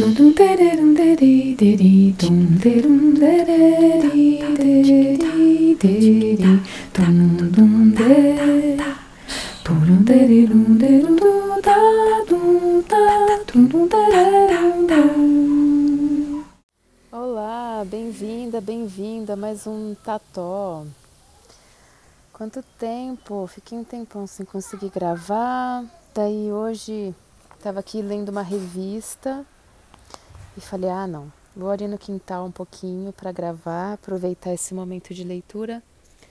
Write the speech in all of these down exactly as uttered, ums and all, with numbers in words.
Tudum dererum deri deri dum derum dereri deri deri dum dum de turum dererum derum du da dum da turum dererum dum. Olá, bem-vinda, bem-vinda a mais um Tató. Quanto tempo, fiquei um tempão sem conseguir gravar, daí hoje estava aqui lendo uma revista e falei, ah não, vou ali no quintal um pouquinho para gravar, aproveitar esse momento de leitura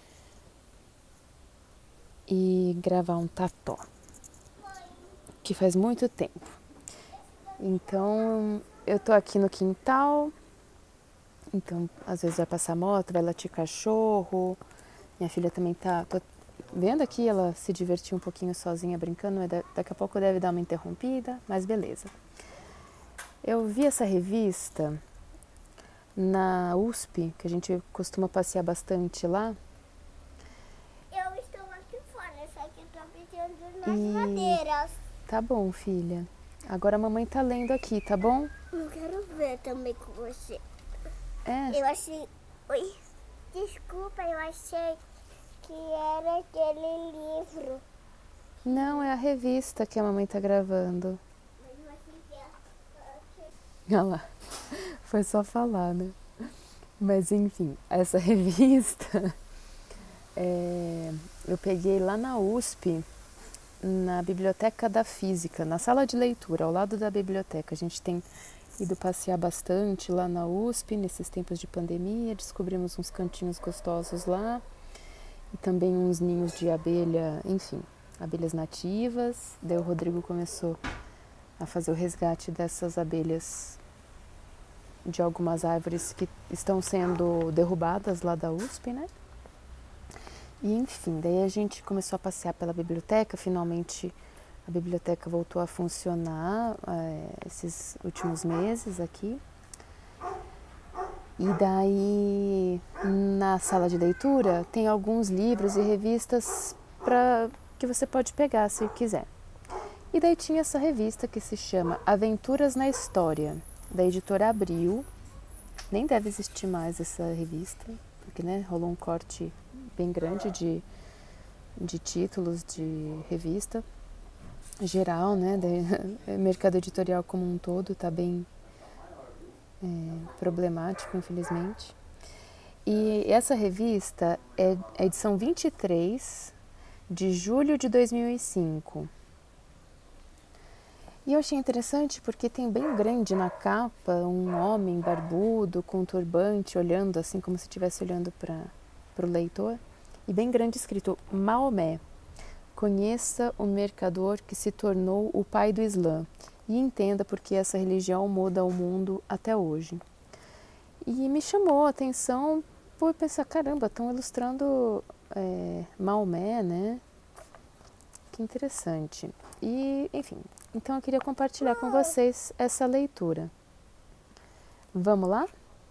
e gravar um Tató, que faz muito tempo. Então eu tô aqui no quintal, então às vezes vai passar moto, vai latir cachorro. Minha filha também tá, tô vendo aqui ela se divertir um pouquinho sozinha brincando, mas daqui a pouco deve dar uma interrompida, mas beleza. Eu vi essa revista na U S P, que a gente costuma passear bastante lá. Eu estou aqui fora, só que estou precisando nas e... madeiras. Tá bom, filha. Agora a mamãe tá lendo aqui, tá bom? Eu quero ver também com você. É? Eu achei... Oi, desculpa, eu achei que era aquele livro. Não, é a revista que a mamãe tá gravando. Mas eu achei que era... Olha lá, foi só falar, né? Mas enfim, essa revista é, eu peguei lá na U S P, na Biblioteca da Física, na sala de leitura, ao lado da biblioteca. A gente tem ido passear bastante lá na U S P, nesses tempos de pandemia, descobrimos uns cantinhos gostosos lá, e também uns ninhos de abelha, enfim, abelhas nativas. Daí o Rodrigo começou a fazer o resgate dessas abelhas de algumas árvores que estão sendo derrubadas lá da U S P, né? E enfim, daí a gente começou a passear pela biblioteca, finalmente a biblioteca voltou a funcionar é, esses últimos meses aqui. E daí, na sala de leitura, tem alguns livros e revistas pra, que você pode pegar se quiser. E daí tinha essa revista que se chama Aventuras na História, da editora Abril. Nem deve existir mais essa revista, porque né, rolou um corte bem grande de, de títulos de revista geral, né, de, mercado editorial como um todo está bem é, problemático, infelizmente. E essa revista é a edição vinte e três de julho de dois mil e cinco. E eu achei interessante porque tem bem grande na capa um homem barbudo com um turbante olhando assim como se estivesse olhando para o leitor. E bem grande escrito Maomé, conheça o mercador que se tornou o pai do Islã e entenda por que essa religião muda o mundo até hoje. E me chamou a atenção por pensar, caramba, estão ilustrando é, Maomé, né? Que interessante. E, enfim, então eu queria compartilhar com vocês essa leitura. Vamos lá?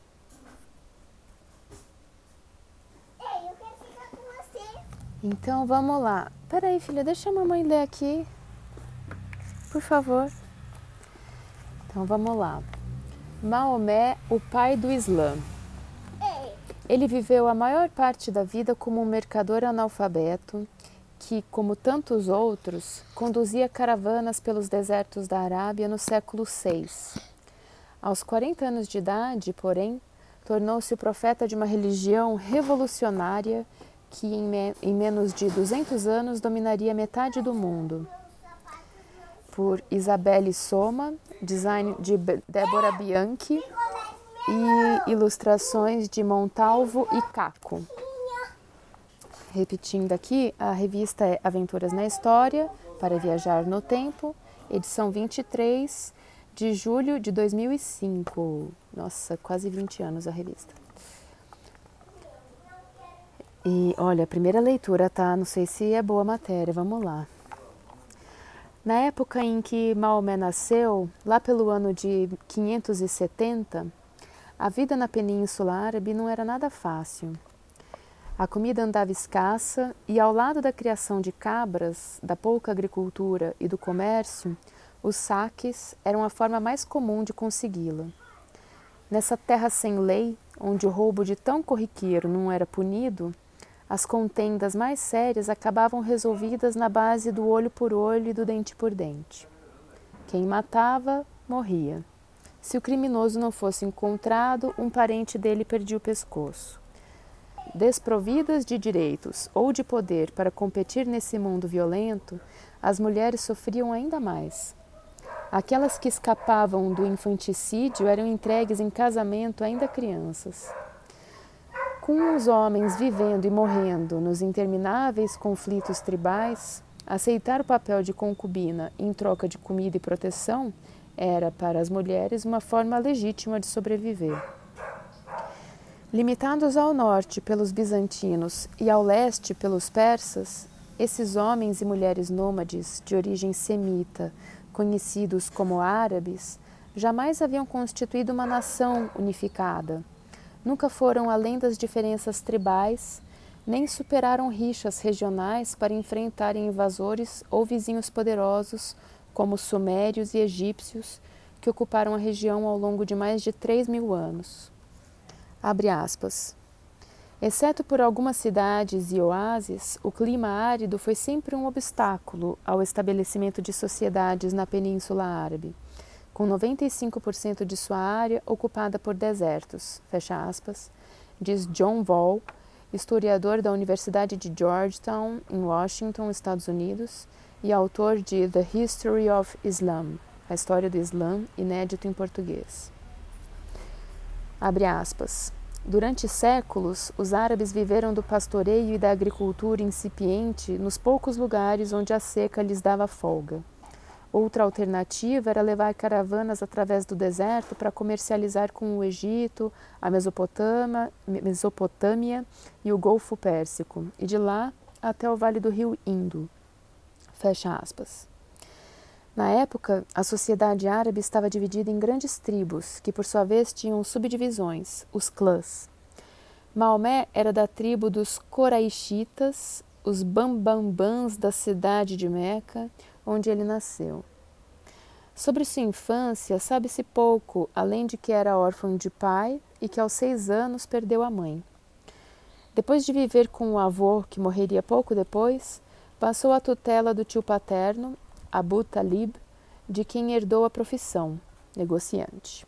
Ei, eu quero ficar com você. Então vamos lá. Peraí, filha, deixa a mamãe ler aqui, por favor. Então vamos lá. Maomé, o pai do Islã. Ei. Ele viveu a maior parte da vida como um mercador analfabeto que, como tantos outros, conduzia caravanas pelos desertos da Arábia no século seis. Aos quarenta anos de idade, porém, tornou-se o profeta de uma religião revolucionária que em, me em menos de duzentos anos dominaria metade do mundo. Por Isabelle Soma, design de Débora Bianchi e ilustrações de Montalvo e Caco. Repetindo aqui, a revista é Aventuras na História, para viajar no tempo, edição vinte e três de julho de dois mil e cinco. Nossa, quase vinte anos a revista. E olha, a primeira leitura, tá? Não sei se é boa a matéria, vamos lá. Na época em que Maomé nasceu, lá pelo ano de quinhentos e setenta, a vida na Península Árabe não era nada fácil. A comida andava escassa e, ao lado da criação de cabras, da pouca agricultura e do comércio, Os saques eram a forma mais comum de consegui-la. Nessa terra sem lei, onde o roubo de tão corriqueiro não era punido, as contendas mais sérias acabavam resolvidas na base do olho por olho e do dente por dente. Quem matava, morria. Se o criminoso não fosse encontrado, um parente dele perdia o pescoço. Desprovidas de direitos ou de poder para competir nesse mundo violento, as mulheres sofriam ainda mais. Aquelas que escapavam do infanticídio eram entregues em casamento ainda crianças. Com os homens vivendo e morrendo nos intermináveis conflitos tribais, aceitar o papel de concubina em troca de comida e proteção era, para as mulheres, uma forma legítima de sobreviver. Limitados ao norte pelos bizantinos e ao leste pelos persas, esses homens e mulheres nômades de origem semita, conhecidos como árabes, jamais haviam constituído uma nação unificada. Nunca foram além das diferenças tribais, nem superaram rixas regionais para enfrentarem invasores ou vizinhos poderosos, como os sumérios e egípcios, que ocuparam a região ao longo de mais de três mil anos. Abre aspas. Exceto por algumas cidades e oásis, o clima árido foi sempre um obstáculo ao estabelecimento de sociedades na Península Árabe, com noventa e cinco por cento de sua área ocupada por desertos, fecha aspas, diz John Wall, historiador da Universidade de Georgetown, em Washington, Estados Unidos, e autor de The History of Islam, a história do Islã, inédito em português. Abre aspas. Durante séculos, os árabes viveram do pastoreio e da agricultura incipiente nos poucos lugares onde a seca lhes dava folga. Outra alternativa era levar caravanas através do deserto para comercializar com o Egito, a Mesopotâmia, Mesopotâmia e o Golfo Pérsico, e de lá até o Vale do Rio Indo. Fecha aspas. Na época, a sociedade árabe estava dividida em grandes tribos, que por sua vez tinham subdivisões, os clãs. Maomé era da tribo dos Coraixitas, os bambambãs da cidade de Meca, onde ele nasceu. Sobre sua infância, sabe-se pouco, além de que era órfão de pai e que aos seis anos perdeu a mãe. Depois de viver com o avô, que morreria pouco depois, passou a tutela do tio paterno, Abu Talib, de quem herdou a profissão, negociante.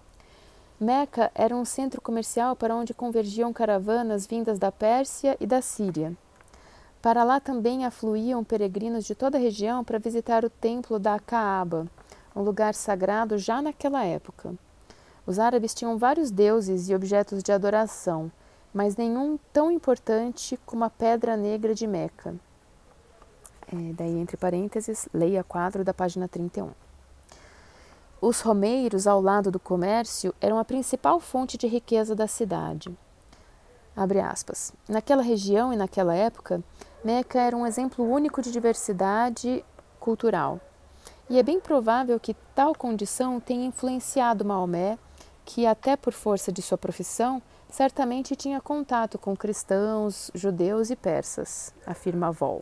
Meca era um centro comercial para onde convergiam caravanas vindas da Pérsia e da Síria. Para lá também afluíam peregrinos de toda a região para visitar o templo da Kaaba, um lugar sagrado já naquela época. Os árabes tinham vários deuses e objetos de adoração, mas nenhum tão importante como a Pedra Negra de Meca. É, daí, entre parênteses, leia quadro da página trinta e um. Os romeiros, ao lado do comércio, eram a principal fonte de riqueza da cidade. Abre aspas. Naquela região e naquela época, Meca era um exemplo único de diversidade cultural. E é bem provável que tal condição tenha influenciado Maomé, que, até por força de sua profissão, certamente tinha contato com cristãos, judeus e persas, afirma Wall.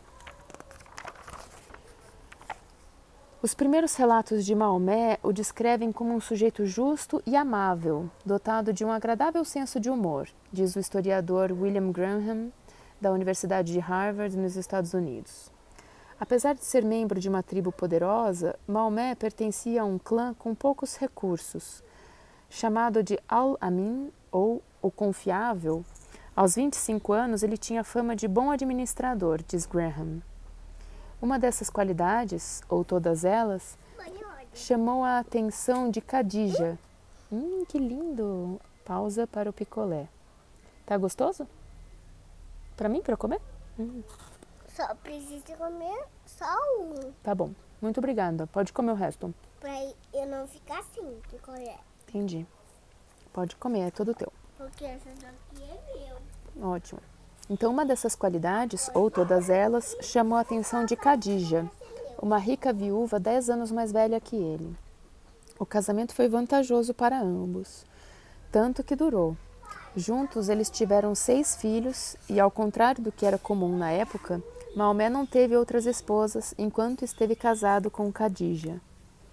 Os primeiros relatos de Maomé o descrevem como um sujeito justo e amável, dotado de um agradável senso de humor, diz o historiador William Graham, da Universidade de Harvard, nos Estados Unidos. Apesar de ser membro de uma tribo poderosa, Maomé pertencia a um clã com poucos recursos. Chamado de Al-Amin, ou o Confiável, aos vinte e cinco anos ele tinha fama de bom administrador, diz Graham. Uma dessas qualidades, ou todas elas, chamou a atenção de Khadija. Hum, que lindo! Pausa para o picolé. Tá gostoso? Para mim, para comer? Hum. Só precisa comer só um. Tá bom. Muito obrigada. Pode comer o resto. Pra eu não ficar assim de colher. Entendi. Pode comer, é todo teu. Porque essa daqui é meu. Ótimo. Então, uma dessas qualidades, ou todas elas, chamou a atenção de Khadija, uma rica viúva dez anos mais velha que ele. O casamento foi vantajoso para ambos, tanto que durou. Juntos, eles tiveram seis filhos e, ao contrário do que era comum na época, Maomé não teve outras esposas enquanto esteve casado com Khadija.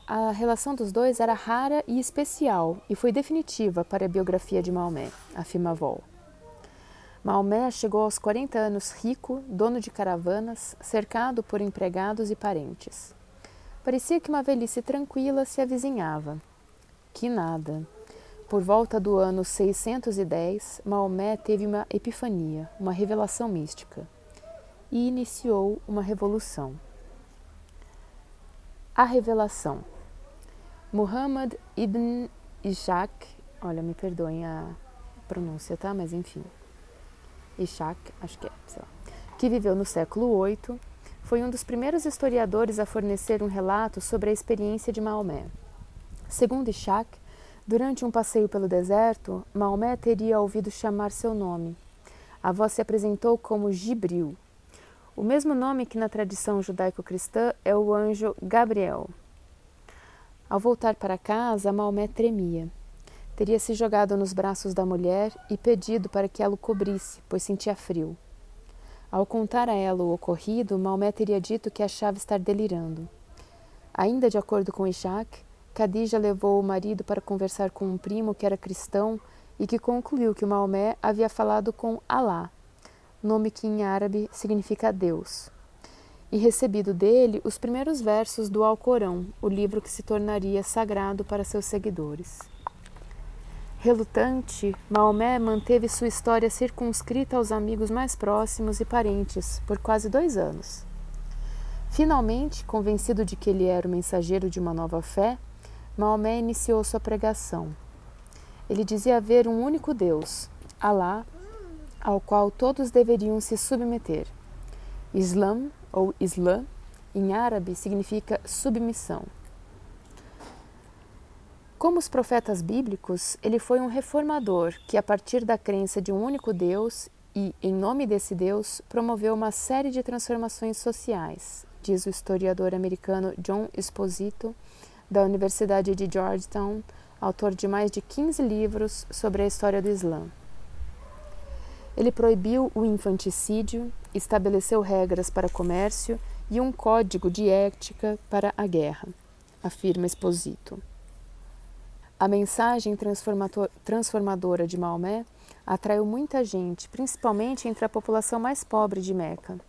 a relação dos dois era rara e especial e foi definitiva para a biografia de Maomé, afirma Vol. Maomé chegou aos quarenta anos rico, dono de caravanas, cercado por empregados e parentes. Parecia que uma velhice tranquila se avizinhava. Que nada. Por volta do ano seiscentos e dez, Maomé teve uma epifania, uma revelação mística, e iniciou uma revolução. A revelação. Muhammad ibn Ishaq, olha, me perdoem a pronúncia, tá? Mas enfim, Ishaq, acho que é, sei lá, que viveu no século oito, foi um dos primeiros historiadores a fornecer um relato sobre a experiência de Maomé. Segundo Ishaq, durante um passeio pelo deserto, Maomé teria ouvido chamar seu nome. A voz se apresentou como Jibril, o mesmo nome que na tradição judaico-cristã é o anjo Gabriel. Ao voltar para casa, Maomé tremia. Teria se jogado nos braços da mulher e pedido para que ela o cobrisse, pois sentia frio. Ao contar a ela o ocorrido, Maomé teria dito que achava estar delirando. Ainda de acordo com Ishaq, Khadija levou o marido para conversar com um primo que era cristão e que concluiu que Maomé havia falado com Alá, nome que em árabe significa Deus, e recebido dele os primeiros versos do Alcorão, o livro que se tornaria sagrado para seus seguidores. Relutante, Maomé manteve sua história circunscrita aos amigos mais próximos e parentes por quase dois anos. Finalmente, convencido de que ele era o mensageiro de uma nova fé, Maomé iniciou sua pregação. Ele dizia haver um único Deus, Alá, ao qual todos deveriam se submeter. Islam, ou Islã, em árabe, significa submissão. Como os profetas bíblicos, ele foi um reformador que, a partir da crença de um único Deus e, em nome desse Deus, promoveu uma série de transformações sociais, diz o historiador americano John Esposito, da Universidade de Georgetown, autor de mais de quinze livros sobre a história do Islã. Ele proibiu o infanticídio, estabeleceu regras para comércio e um código de ética para a guerra, afirma Esposito. A mensagem transformadora de Maomé atraiu muita gente, principalmente entre a população mais pobre de Meca.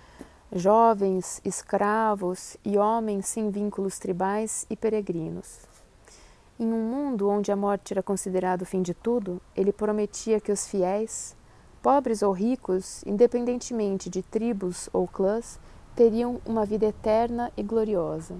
Jovens, escravos e homens sem vínculos tribais e peregrinos. Em um mundo onde a morte era considerado o fim de tudo, ele prometia que os fiéis, pobres ou ricos, independentemente de tribos ou clãs, teriam uma vida eterna e gloriosa.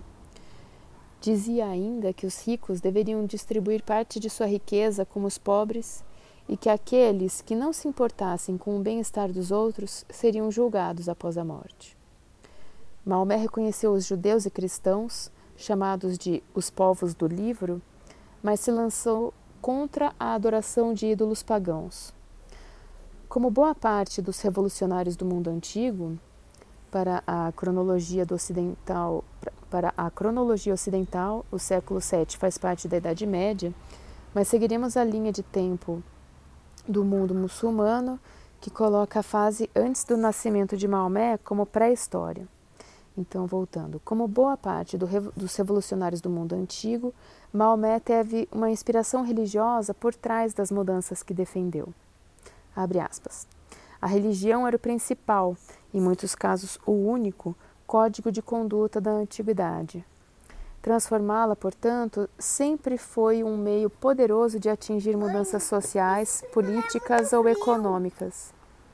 Dizia ainda que os ricos deveriam distribuir parte de sua riqueza com os pobres e que aqueles que não se importassem com o bem-estar dos outros seriam julgados após a morte. Maomé reconheceu os judeus e cristãos, chamados de os povos do livro, mas se lançou contra a adoração de ídolos pagãos. Como boa parte dos revolucionários do mundo antigo, para a cronologia do ocidental, para a cronologia ocidental, o século sétimo faz parte da Idade Média, mas seguiremos a linha de tempo do mundo muçulmano, que coloca a fase antes do nascimento de Maomé como pré-história. Então, voltando, como boa parte do, dos revolucionários do mundo antigo, Maomé teve uma inspiração religiosa por trás das mudanças que defendeu. Abre aspas. A religião era o principal, em muitos casos o único, código de conduta da antiguidade. Transformá-la, portanto, sempre foi um meio poderoso de atingir mudanças sociais, políticas ou econômicas.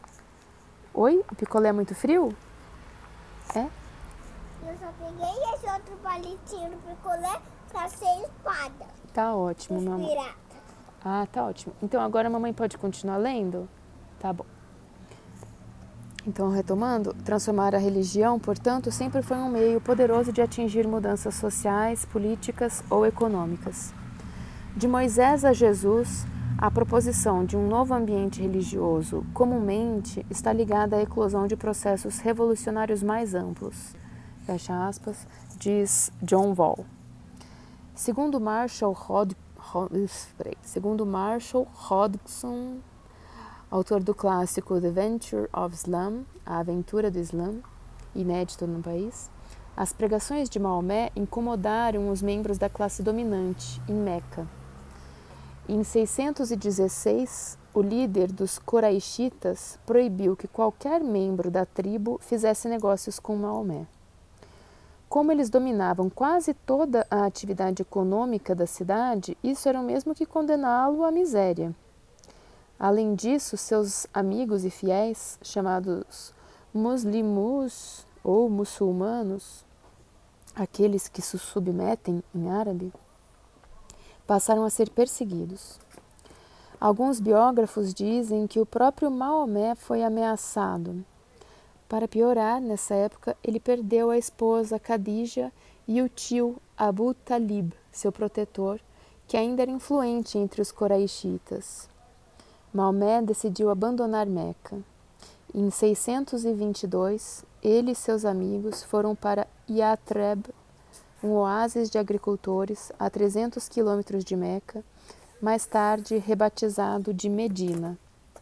Oi? O picolé é muito frio? É? Eu só peguei esse outro palitinho do picolé pra ser espada. Tá ótimo, mamãe. Pirata. Ah, tá ótimo. Então agora a mamãe pode continuar lendo? Tá bom. Então, retomando, transformar a religião, portanto, sempre foi um meio poderoso de atingir mudanças sociais, políticas ou econômicas. De Moisés a Jesus, a proposição de um novo ambiente religioso comumente está ligada à eclosão de processos revolucionários mais amplos. Fecha aspas, diz John Vol. Segundo Marshall, Hod... Segundo Marshall Hodgson, autor do clássico The Venture of Islam, A Aventura do Islã, inédito no país, As pregações de Maomé incomodaram os membros da classe dominante em Meca. Em seiscentos e dezesseis, o líder dos Coraixitas proibiu que qualquer membro da tribo fizesse negócios com Maomé. Como eles dominavam quase toda a atividade econômica da cidade, isso era o mesmo que condená-lo à miséria. Além disso, seus amigos e fiéis, chamados muslimus ou muçulmanos, aqueles que se submetem em árabe, passaram a ser perseguidos. Alguns biógrafos dizem que o próprio Maomé foi ameaçado. Para piorar, nessa época, ele perdeu a esposa Khadija e o tio Abu Talib, seu protetor, que ainda era influente entre os Coraixitas. Maomé decidiu abandonar Meca. Em seiscentos e vinte e dois, ele e seus amigos foram para Yathreb, um oásis de agricultores a trezentos quilômetros de Meca, mais tarde rebatizado de Medina.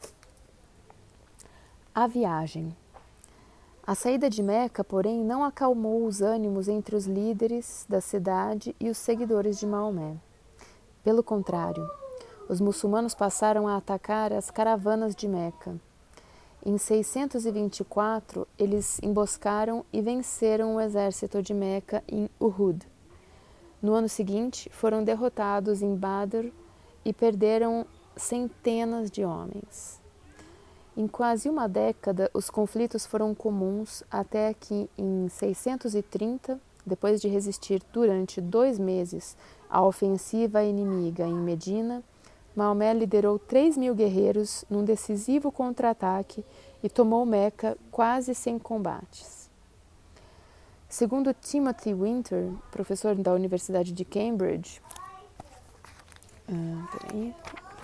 A viagem. A saída de Meca, porém, não acalmou os ânimos entre os líderes da cidade e os seguidores de Maomé. Pelo contrário, os muçulmanos passaram a atacar as caravanas de Meca. Em seiscentos e vinte e quatro, eles emboscaram e venceram o exército de Meca em Uhud. No ano seguinte, foram derrotados em Badr e perderam centenas de homens. Em quase uma década, os conflitos foram comuns até que, em seiscentos e trinta, depois de resistir durante dois meses à ofensiva inimiga em Medina, Maomé liderou três mil guerreiros num decisivo contra-ataque e tomou Meca quase sem combates. Segundo Timothy Winter, professor da Universidade de Cambridge, ah, peraí,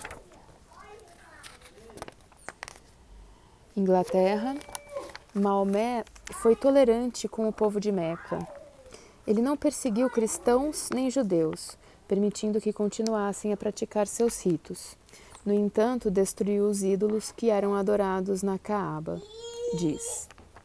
Inglaterra, Maomé foi tolerante com o povo de Meca. Ele não perseguiu cristãos nem judeus, permitindo que continuassem a praticar seus ritos. No entanto, destruiu os ídolos que eram adorados na Caaba. Diz: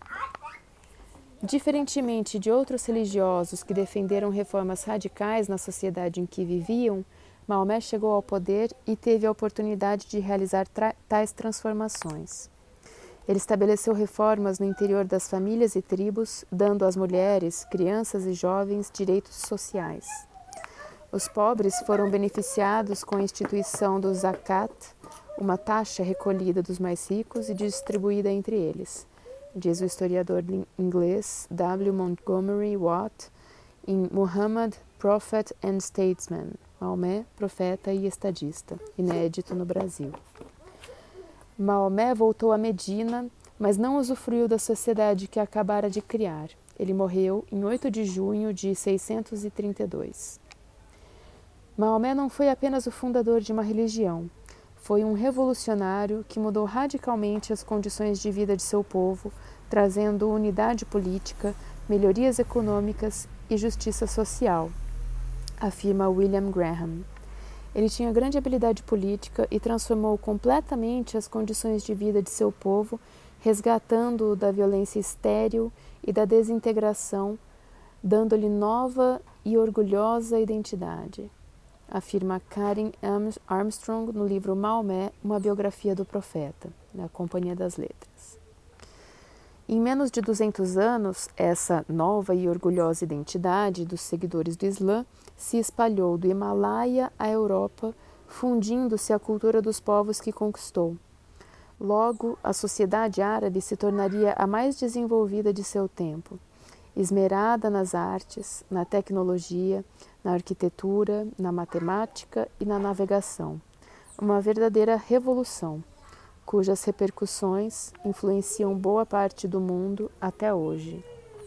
diferentemente de outros religiosos que defenderam reformas radicais na sociedade em que viviam, Maomé chegou ao poder e teve a oportunidade de realizar tra- tais transformações. Ele estabeleceu reformas no interior das famílias e tribos, dando às mulheres, crianças e jovens direitos sociais. Os pobres foram beneficiados com a instituição do zakat, uma taxa recolhida dos mais ricos e distribuída entre eles, diz o historiador inglês W. Montgomery Watt em Muhammad, Prophet and Statesman, Maomé, Profeta e Estadista, inédito no Brasil. Maomé voltou a Medina, mas não usufruiu da sociedade que acabara de criar. Ele morreu em oito de junho de seiscentos e trinta e dois. Maomé não foi apenas o fundador de uma religião, foi um revolucionário que mudou radicalmente as condições de vida de seu povo, trazendo unidade política, melhorias econômicas e justiça social, afirma William Graham. Ele tinha grande habilidade política e transformou completamente as condições de vida de seu povo, resgatando-o da violência estéril e da desintegração, dando-lhe nova e orgulhosa identidade, afirma Karen Armstrong no livro Maomé, uma biografia do profeta, da Companhia das Letras. Em menos de duzentos anos, essa nova e orgulhosa identidade dos seguidores do Islã se espalhou do Himalaia à Europa, fundindo-se à cultura dos povos que conquistou. Logo, a sociedade árabe se tornaria a mais desenvolvida de seu tempo, esmerada nas artes, na tecnologia, na arquitetura, na matemática e na navegação. Uma verdadeira revolução, cujas repercussões influenciam boa parte do mundo até hoje.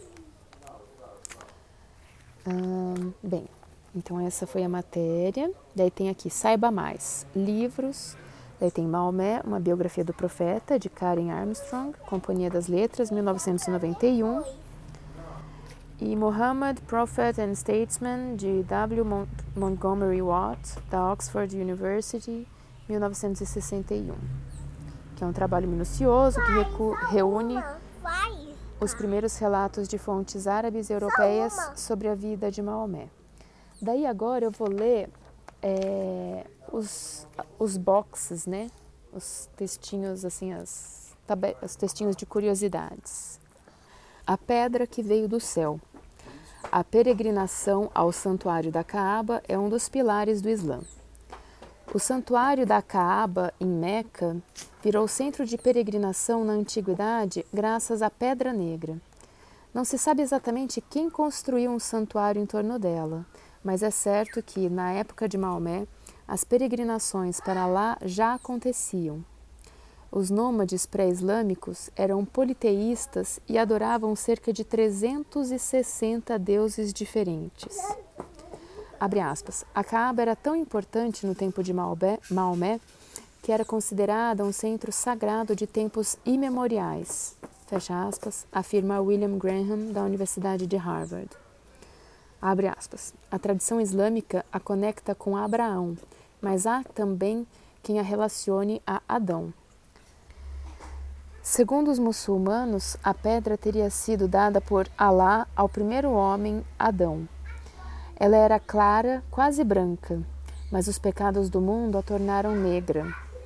Hum, bem, então essa foi a matéria. Daí tem aqui, saiba mais, livros. Daí tem Maomé, uma biografia do profeta, de Karen Armstrong, Companhia das Letras, mil novecentos e noventa e um. E Muhammad, Prophet and Statesman, de W. Mont Montgomery Watt, da Oxford University, mil novecentos e sessenta e um. Que é um trabalho minucioso que reúne... Vai! os primeiros relatos de fontes árabes e europeias sobre a vida de Maomé. Daí agora eu vou ler é, os, os boxes, né? Os textinhos, assim, as, os textinhos de curiosidades. A pedra que veio do céu. A peregrinação ao santuário da Caaba é um dos pilares do Islã. O santuário da Caaba, em Meca, virou centro de peregrinação na antiguidade graças à Pedra Negra. Não se sabe exatamente quem construiu um santuário em torno dela, mas é certo que, na época de Maomé, as peregrinações para lá já aconteciam. Os nômades pré-islâmicos eram politeístas e adoravam cerca de trezentos e sessenta deuses diferentes. Abre aspas. A Caaba era tão importante no tempo de Maomé, Maomé que era considerada um centro sagrado de tempos imemoriais. Fecha aspas, afirma William Graham, da Universidade de Harvard. Abre aspas. A tradição islâmica a conecta com Abraão, mas há também quem a relacione a Adão. Segundo os muçulmanos, a pedra teria sido dada por Alá ao primeiro homem, Adão. Ela era clara, quase branca, mas os pecados do mundo a tornaram negra.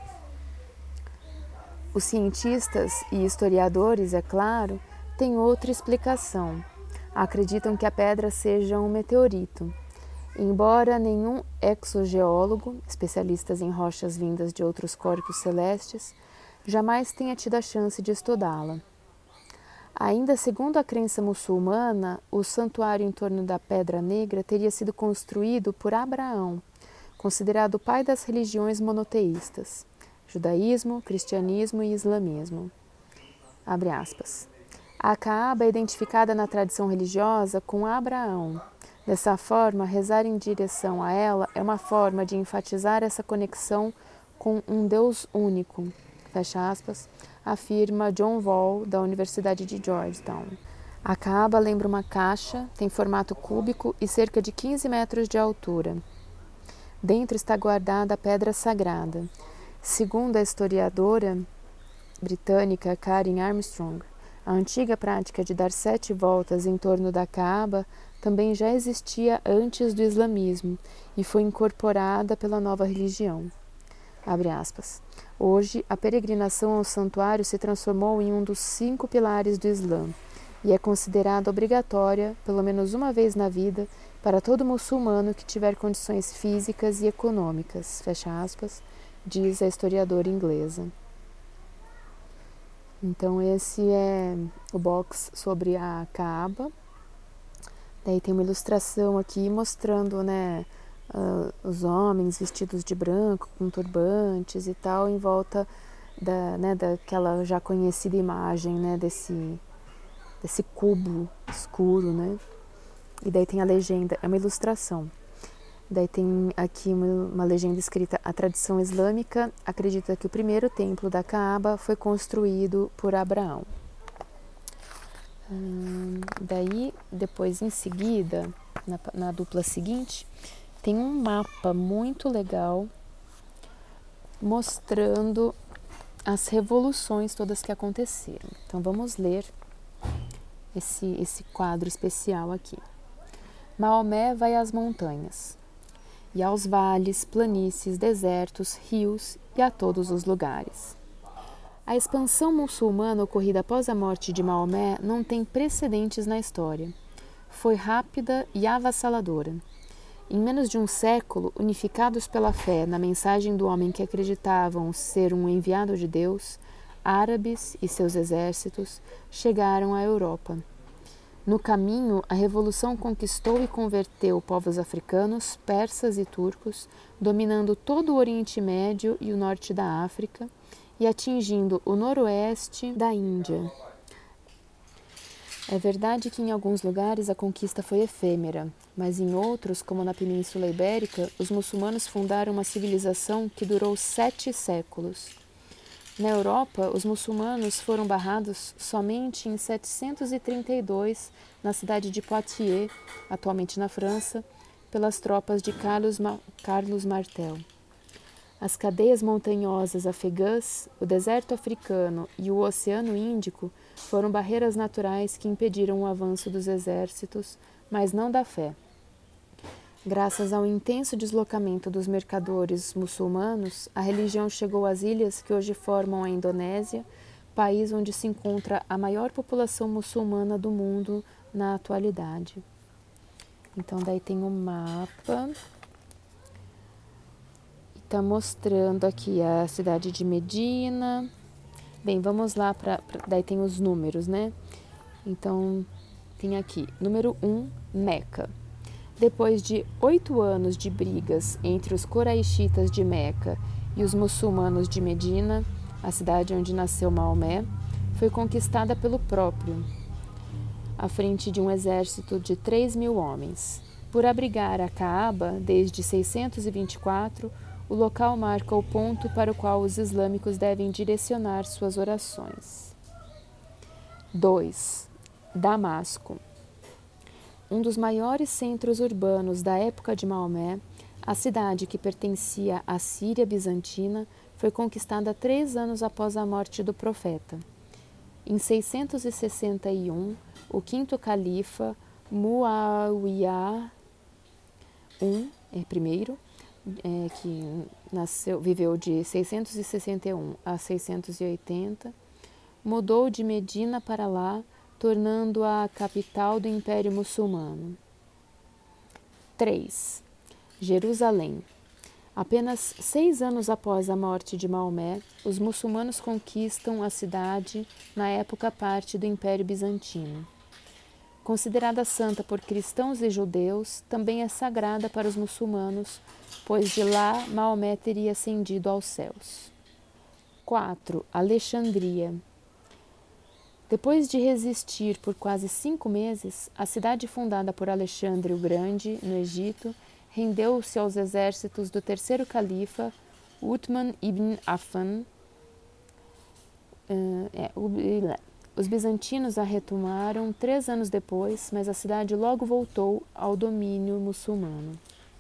Os cientistas e historiadores, é claro, têm outra explicação. Acreditam que a pedra seja um meteorito. Embora nenhum exogeólogo, especialistas em rochas vindas de outros corpos celestes, jamais tenha tido a chance de estudá-la. Ainda segundo a crença muçulmana, o santuário em torno da Pedra Negra teria sido construído por Abraão, considerado o pai das religiões monoteístas, judaísmo, cristianismo e islamismo. Abre aspas. A Caaba é identificada na tradição religiosa com Abraão. Dessa forma, rezar em direção a ela é uma forma de enfatizar essa conexão com um Deus único. Fecha aspas, afirma John Wall, da Universidade de Georgetown. A Caaba lembra uma caixa, tem formato cúbico e cerca de quinze metros de altura. Dentro está guardada a pedra sagrada. Segundo a historiadora britânica Karen Armstrong, a antiga prática de dar sete voltas em torno da Caaba também já existia antes do islamismo e foi incorporada pela nova religião. Abre aspas. Hoje, a peregrinação ao santuário se transformou em um dos cinco pilares do Islã e é considerada obrigatória, pelo menos uma vez na vida, para todo muçulmano que tiver condições físicas e econômicas, fecha aspas, diz a historiadora inglesa. Então esse é o box sobre a Caaba. Daí tem uma ilustração aqui mostrando, né, uh, os homens vestidos de branco, com turbantes e tal, em volta da, né, daquela já conhecida imagem, né, desse, desse cubo escuro, né? E daí tem a legenda, é uma ilustração. Daí tem aqui uma, uma legenda escrita: a tradição islâmica acredita que o primeiro templo da Caaba foi construído por Abraão. Hum, daí, depois em seguida, na, na dupla seguinte, tem um mapa muito legal mostrando as revoluções todas que aconteceram. Então vamos ler esse, esse quadro especial aqui. Maomé vai às montanhas, e aos vales, planícies, desertos, rios e a todos os lugares. A expansão muçulmana ocorrida após a morte de Maomé não tem precedentes na história. Foi rápida e avassaladora. Em menos de um século, unificados pela fé na mensagem do homem que acreditavam ser um enviado de Deus, árabes e seus exércitos chegaram à Europa. No caminho, a revolução conquistou e converteu povos africanos, persas e turcos, dominando todo o Oriente Médio e o norte da África e atingindo o noroeste da Índia. É verdade que em alguns lugares a conquista foi efêmera, mas em outros, como na Península Ibérica, os muçulmanos fundaram uma civilização que durou sete séculos. Na Europa, os muçulmanos foram barrados somente em setecentos e trinta e dois, na cidade de Poitiers, atualmente na França, pelas tropas de Carlos, Ma- Carlos Martel. As cadeias montanhosas afegãs, o deserto africano e o Oceano Índico foram barreiras naturais que impediram o avanço dos exércitos, mas não da fé. Graças ao intenso deslocamento dos mercadores muçulmanos, a religião chegou às ilhas que hoje formam a Indonésia, país onde se encontra a maior população muçulmana do mundo na atualidade. Então, daí tem um mapa. Está mostrando aqui a cidade de Medina. Bem, vamos lá para... Daí tem os números, né? Então, tem aqui, número um, Meca. Depois de oito anos de brigas entre os coraixitas de Meca e os muçulmanos de Medina, a cidade onde nasceu Maomé, foi conquistada pelo próprio, à frente de um exército de três mil homens. Por abrigar a Caaba desde seiscentos e vinte e quatro, o local marca o ponto para o qual os islâmicos devem direcionar suas orações. dois. Damasco. Um dos maiores centros urbanos da época de Maomé, a cidade que pertencia à Síria bizantina foi conquistada três anos após a morte do profeta. Em seiscentos e sessenta e um, o quinto califa, Muawiyah I, é, primeiro, é, que nasceu, viveu de seiscentos e sessenta e um a seiscentos e oitenta, mudou de Medina para lá, tornando-a a capital do Império Muçulmano. três. Jerusalém. Apenas seis anos após a morte de Maomé, os muçulmanos conquistam a cidade, na época parte do Império Bizantino. Considerada santa por cristãos e judeus, também é sagrada para os muçulmanos, pois de lá Maomé teria ascendido aos céus. quatro. Alexandria. Depois de resistir por quase cinco meses, a cidade fundada por Alexandre o Grande, no Egito, rendeu-se aos exércitos do terceiro califa, Uthman ibn Affan. Uh, é, os bizantinos a retomaram três anos depois, mas a cidade logo voltou ao domínio muçulmano.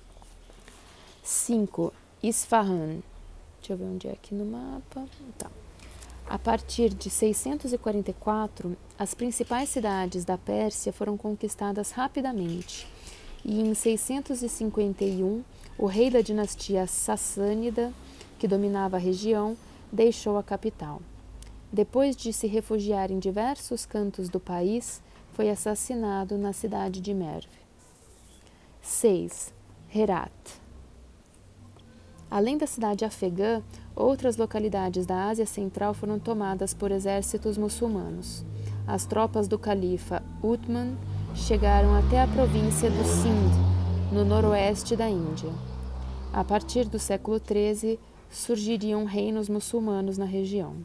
cinco. Isfahan. Deixa eu ver onde é aqui no mapa. Tá. A partir de seiscentos e quarenta e quatro, as principais cidades da Pérsia foram conquistadas rapidamente, e em seiscentos e cinquenta e um, o rei da dinastia sassânida, que dominava a região, deixou a capital. Depois de se refugiar em diversos cantos do país, foi assassinado na cidade de Merv. seis. Herat. Além da cidade afegã, outras localidades da Ásia Central foram tomadas por exércitos muçulmanos. As tropas do califa Uthman chegaram até a província do Sindh, no noroeste da Índia. A partir do século treze, surgiriam reinos muçulmanos na região.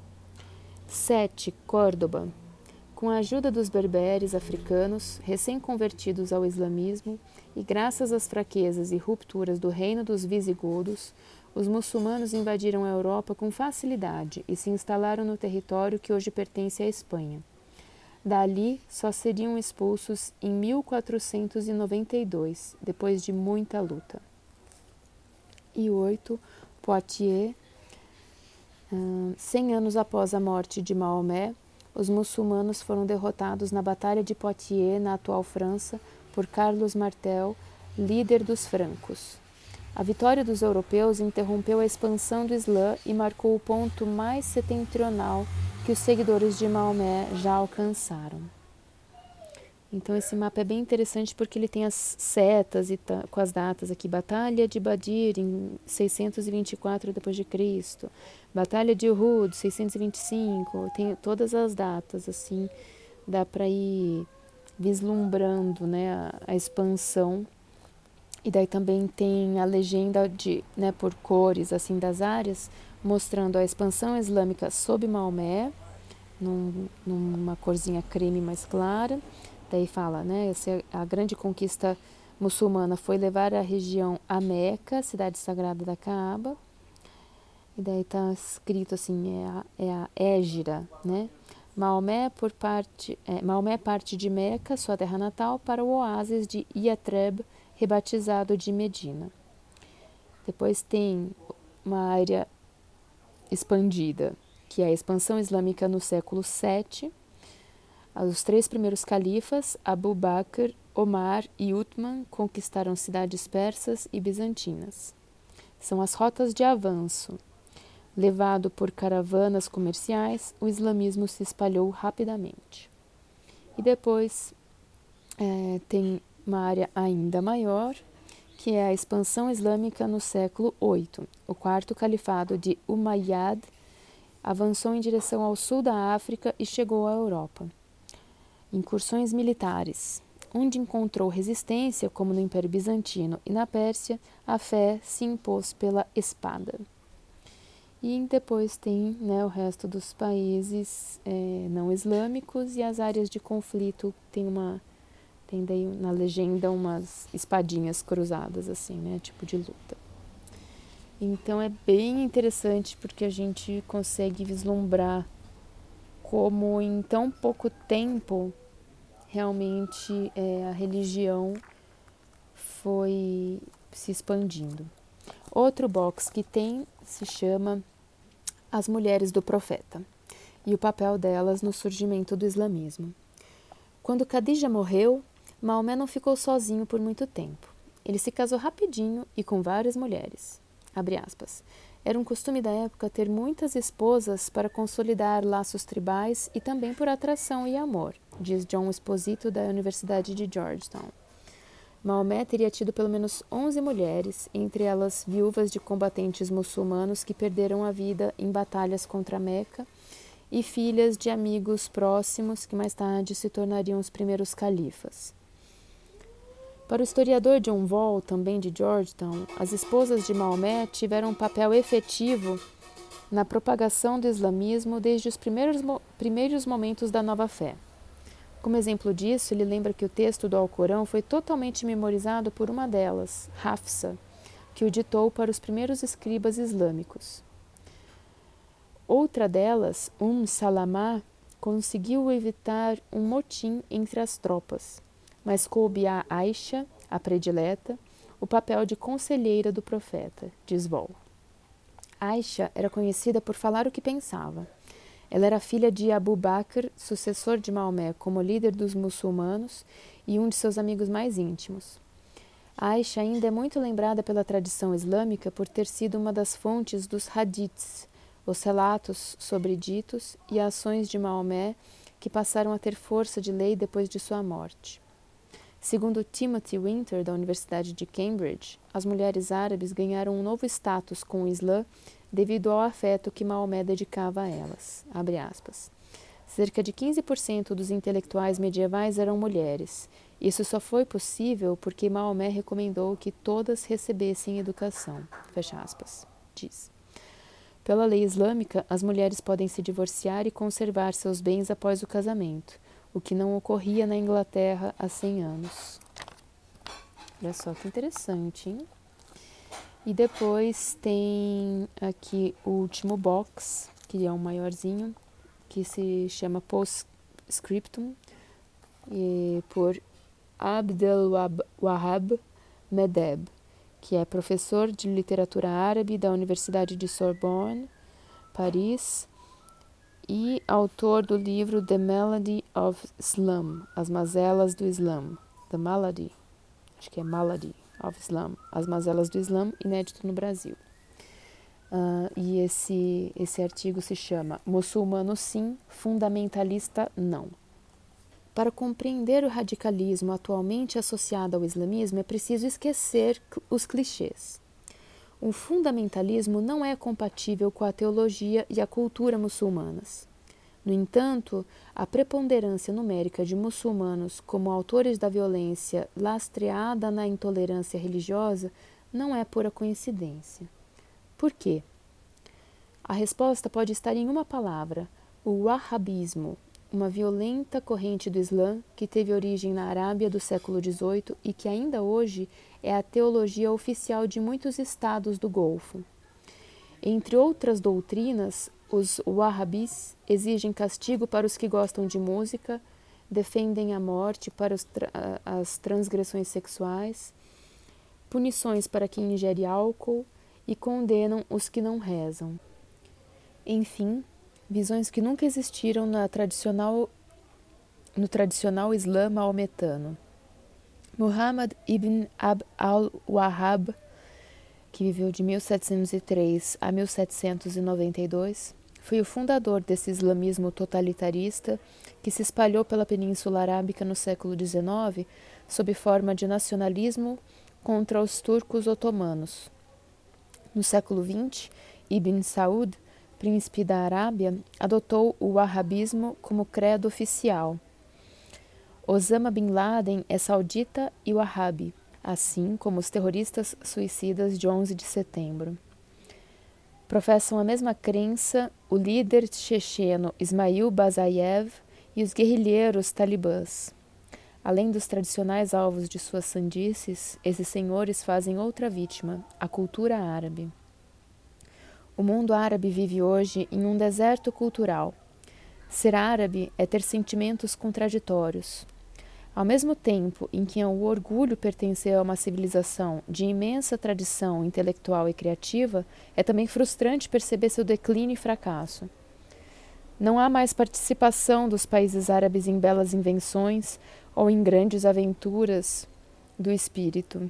sete. Córdoba. Com a ajuda dos berberes africanos, recém-convertidos ao islamismo, e graças às fraquezas e rupturas do reino dos visigodos, os muçulmanos invadiram a Europa com facilidade e se instalaram no território que hoje pertence à Espanha. Dali, só seriam expulsos em mil quatrocentos e noventa e dois, depois de muita luta. E oito. Poitiers. Hum, cem anos após a morte de Maomé, os muçulmanos foram derrotados na Batalha de Poitiers, na atual França, por Carlos Martel, líder dos francos. A vitória dos europeus interrompeu a expansão do Islã e marcou o ponto mais setentrional que os seguidores de Maomé já alcançaram. Então esse mapa é bem interessante porque ele tem as setas e tá, com as datas aqui. Batalha de Badir em seiscentos e vinte e quatro depois de Cristo, Batalha de Uhud seiscentos e vinte e cinco, tem todas as datas assim, dá para ir vislumbrando, né, a, a expansão. E daí também tem a legenda de, né, por cores assim das áreas, mostrando a expansão islâmica sob Maomé, num, numa corzinha creme mais clara. Daí fala, né, essa, a grande conquista muçulmana foi levar a região a Meca, cidade sagrada da Caaba. E daí está escrito assim, é a, é a Égira, né? Maomé, por parte, é, Maomé parte de Meca, sua terra natal, para o oásis de Yatreb, rebatizado de Medina. Depois tem uma área expandida, que é a expansão islâmica no século sete. Os três primeiros califas, Abu Bakr, Omar e Uthman, conquistaram cidades persas e bizantinas. São as rotas de avanço. Levado por caravanas comerciais, o islamismo se espalhou rapidamente. E depois é, tem uma área ainda maior, que é a expansão islâmica no século oito. O quarto califado de Umayyad avançou em direção ao sul da África e chegou à Europa. Incursões militares. Onde encontrou resistência, como no Império Bizantino e na Pérsia, a fé se impôs pela espada. E depois tem, né, o resto dos países é, não islâmicos e as áreas de conflito. Tem uma, tem daí na legenda umas espadinhas cruzadas, assim, né, tipo de luta. Então é bem interessante porque a gente consegue vislumbrar como em tão pouco tempo realmente é, a religião foi se expandindo. Outro box que tem se chama As Mulheres do Profeta e o papel delas no surgimento do islamismo. Quando Khadija morreu, Maomé não ficou sozinho por muito tempo. Ele se casou rapidinho e com várias mulheres. Abre aspas. Era um costume da época ter muitas esposas para consolidar laços tribais e também por atração e amor, diz John Esposito da Universidade de Georgetown. Maomé teria tido pelo menos onze mulheres, entre elas viúvas de combatentes muçulmanos que perderam a vida em batalhas contra Meca e filhas de amigos próximos que mais tarde se tornariam os primeiros califas. Para o historiador John Wall, também de Georgetown, as esposas de Maomé tiveram um papel efetivo na propagação do islamismo desde os primeiros, primeiros momentos da nova fé. Como exemplo disso, ele lembra que o texto do Alcorão foi totalmente memorizado por uma delas, Hafsa, que o ditou para os primeiros escribas islâmicos. Outra delas, Umm Salamah, conseguiu evitar um motim entre as tropas, mas coube a Aisha, a predileta, o papel de conselheira do profeta, diz Wall. Aisha era conhecida por falar o que pensava. Ela era filha de Abu Bakr, sucessor de Maomé como líder dos muçulmanos e um de seus amigos mais íntimos. Aisha ainda é muito lembrada pela tradição islâmica por ter sido uma das fontes dos hadiths, os relatos sobre ditos e ações de Maomé que passaram a ter força de lei depois de sua morte. Segundo Timothy Winter, da Universidade de Cambridge, as mulheres árabes ganharam um novo status com o Islã devido ao afeto que Maomé dedicava a elas. Abre aspas. Cerca de quinze por cento dos intelectuais medievais eram mulheres. Isso só foi possível porque Maomé recomendou que todas recebessem educação. Fecha aspas. Diz. Pela lei islâmica, as mulheres podem se divorciar e conservar seus bens após o casamento, o que não ocorria na Inglaterra há cem anos. Olha só que interessante, hein? E depois tem aqui o último box, que é um maiorzinho, que se chama Postscriptum, e por Abdel Wahab Medeb, que é professor de literatura árabe da Universidade de Sorbonne, Paris, e autor do livro The Malady of Islam, As Mazelas do Islã, The Malady, acho que é Malady of Islam, As Mazelas do Islã, inédito no Brasil. Uh, e esse, esse artigo se chama Muçulmano Sim, Fundamentalista Não. Para compreender o radicalismo atualmente associado ao islamismo, é preciso esquecer os clichês. O fundamentalismo não é compatível com a teologia e a cultura muçulmanas. No entanto, a preponderância numérica de muçulmanos como autores da violência lastreada na intolerância religiosa não é pura coincidência. Por quê? A resposta pode estar em uma palavra: o wahhabismo, uma violenta corrente do Islã que teve origem na Arábia do século dezoito e que ainda hoje é a teologia oficial de muitos estados do Golfo. Entre outras doutrinas, os wahhabis exigem castigo para os que gostam de música, defendem a morte para os tra- as transgressões sexuais, punições para quem ingere álcool e condenam os que não rezam. Enfim, visões que nunca existiram na tradicional, no tradicional Islã maometano. Muhammad ibn Abd al-Wahhab, que viveu de mil setecentos e três a mil setecentos e noventa e dois, foi o fundador desse islamismo totalitarista que se espalhou pela Península Arábica no século dezenove sob forma de nacionalismo contra os turcos otomanos. No século vinte, Ibn Saud, príncipe da Arábia, adotou o wahhabismo como credo oficial. Osama Bin Laden é saudita e wahhabi, assim como os terroristas suicidas de onze de setembro. Professam a mesma crença o líder checheno Ismail Basayev e os guerrilheiros talibãs. Além dos tradicionais alvos de suas sandices, esses senhores fazem outra vítima, a cultura árabe. O mundo árabe vive hoje em um deserto cultural. Ser árabe é ter sentimentos contraditórios. Ao mesmo tempo em que o orgulho pertencer a uma civilização de imensa tradição intelectual e criativa, é também frustrante perceber seu declínio e fracasso. Não há mais participação dos países árabes em belas invenções ou em grandes aventuras do espírito.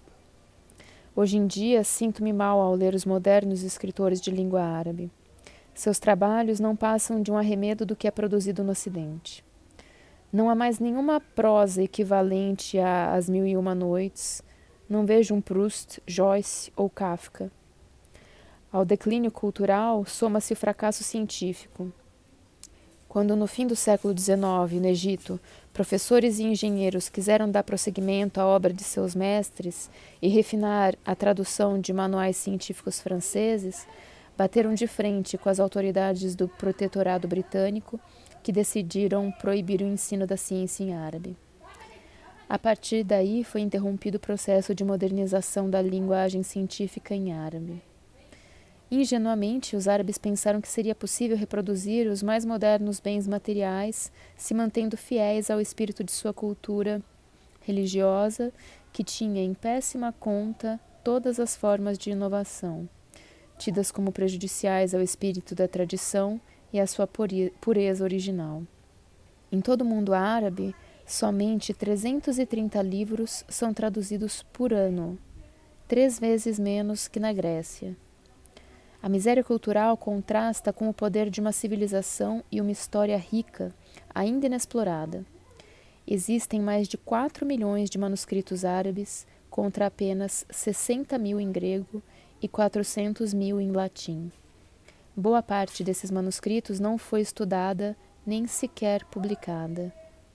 Hoje em dia, sinto-me mal ao ler os modernos escritores de língua árabe. Seus trabalhos não passam de um arremedo do que é produzido no Ocidente. Não há mais nenhuma prosa equivalente a As Mil e Uma Noites. Não vejo um Proust, Joyce ou Kafka. Ao declínio cultural, soma-se o fracasso científico. Quando, no fim do século dezenove, no Egito, professores e engenheiros quiseram dar prosseguimento à obra de seus mestres e refinar a tradução de manuais científicos franceses, bateram de frente com as autoridades do protetorado britânico, que decidiram proibir o ensino da ciência em árabe. A partir daí foi interrompido o processo de modernização da linguagem científica em árabe. Ingenuamente, os árabes pensaram que seria possível reproduzir os mais modernos bens materiais, se mantendo fiéis ao espírito de sua cultura religiosa, que tinha em péssima conta todas as formas de inovação, tidas como prejudiciais ao espírito da tradição e à sua pureza original. Em todo o mundo árabe, somente trezentos e trinta livros são traduzidos por ano, três vezes menos que na Grécia. A miséria cultural contrasta com o poder de uma civilização e uma história rica, ainda inexplorada. Existem mais de quatro milhões de manuscritos árabes, contra apenas sessenta mil em grego e quatrocentos mil em latim. Boa parte desses manuscritos não foi estudada, nem sequer publicada.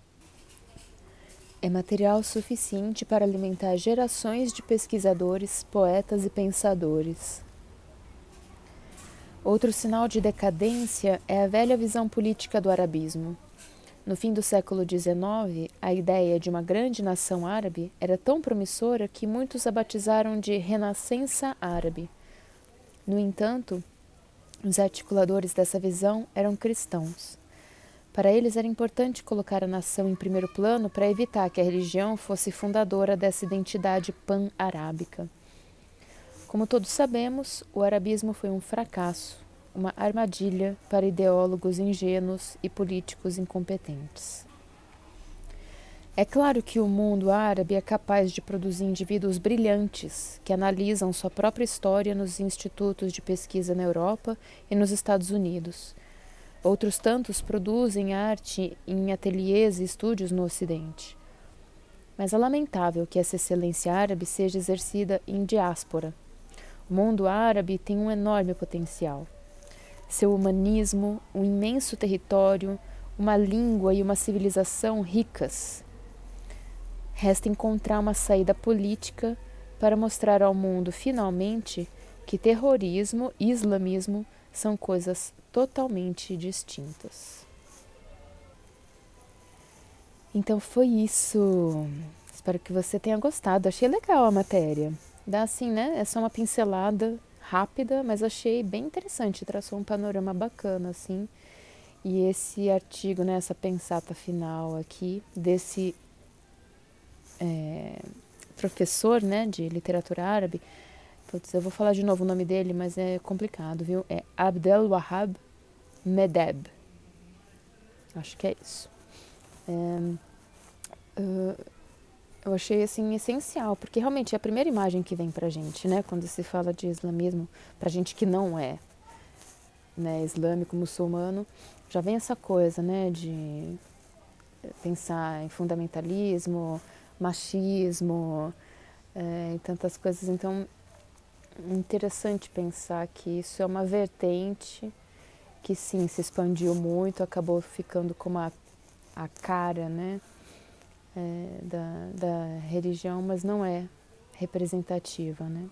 É material suficiente para alimentar gerações de pesquisadores, poetas e pensadores. Outro sinal de decadência é a velha visão política do arabismo. No fim do século dezenove, a ideia de uma grande nação árabe era tão promissora que muitos a batizaram de Renascença Árabe. No entanto, os articuladores dessa visão eram cristãos. Para eles era importante colocar a nação em primeiro plano para evitar que a religião fosse fundadora dessa identidade pan-arábica. Como todos sabemos, o arabismo foi um fracasso, uma armadilha para ideólogos ingênuos e políticos incompetentes. É claro que o mundo árabe é capaz de produzir indivíduos brilhantes que analisam sua própria história nos institutos de pesquisa na Europa e nos Estados Unidos. Outros tantos produzem arte em ateliês e estúdios no Ocidente. Mas é lamentável que essa excelência árabe seja exercida em diáspora. O mundo árabe tem um enorme potencial. Seu humanismo, um imenso território, uma língua e uma civilização ricas. Resta encontrar uma saída política para mostrar ao mundo, finalmente, que terrorismo e islamismo são coisas totalmente distintas. Então foi isso. Espero que você tenha gostado. Achei legal a matéria. Dá assim, né? É só uma pincelada rápida, mas achei bem interessante. Traçou um panorama bacana, assim. E esse artigo, né? Essa pensata final aqui desse é, professor, né? De literatura árabe Putz, eu vou falar de novo o nome dele, mas é complicado, viu? É Abdel Wahab Medeb. Acho que é isso. É, uh, eu achei, assim, essencial, porque realmente é a primeira imagem que vem pra gente, né? Quando se fala de islamismo, pra gente que não é, né, islâmico, muçulmano, já vem essa coisa, né, de pensar em fundamentalismo, machismo, é, e tantas coisas. Então, é interessante pensar que isso é uma vertente que, sim, se expandiu muito, acabou ficando como a, a cara, né, é, da, da religião, mas não é representativa, né.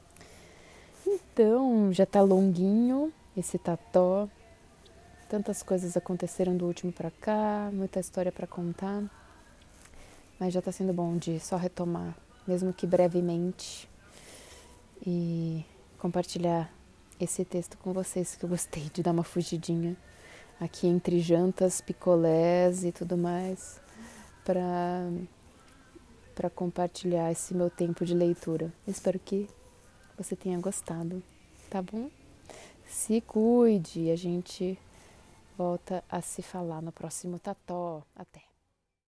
Então, já tá longuinho esse tató. Tantas coisas aconteceram do último para cá, muita história para contar, mas já está sendo bom de só retomar, mesmo que brevemente, e compartilhar esse texto com vocês, que eu gostei de dar uma fugidinha aqui entre jantas, picolés e tudo mais, para para compartilhar esse meu tempo de leitura. Espero que você tenha gostado, tá bom? Se cuide, a gente volta a se falar no próximo tató. Até!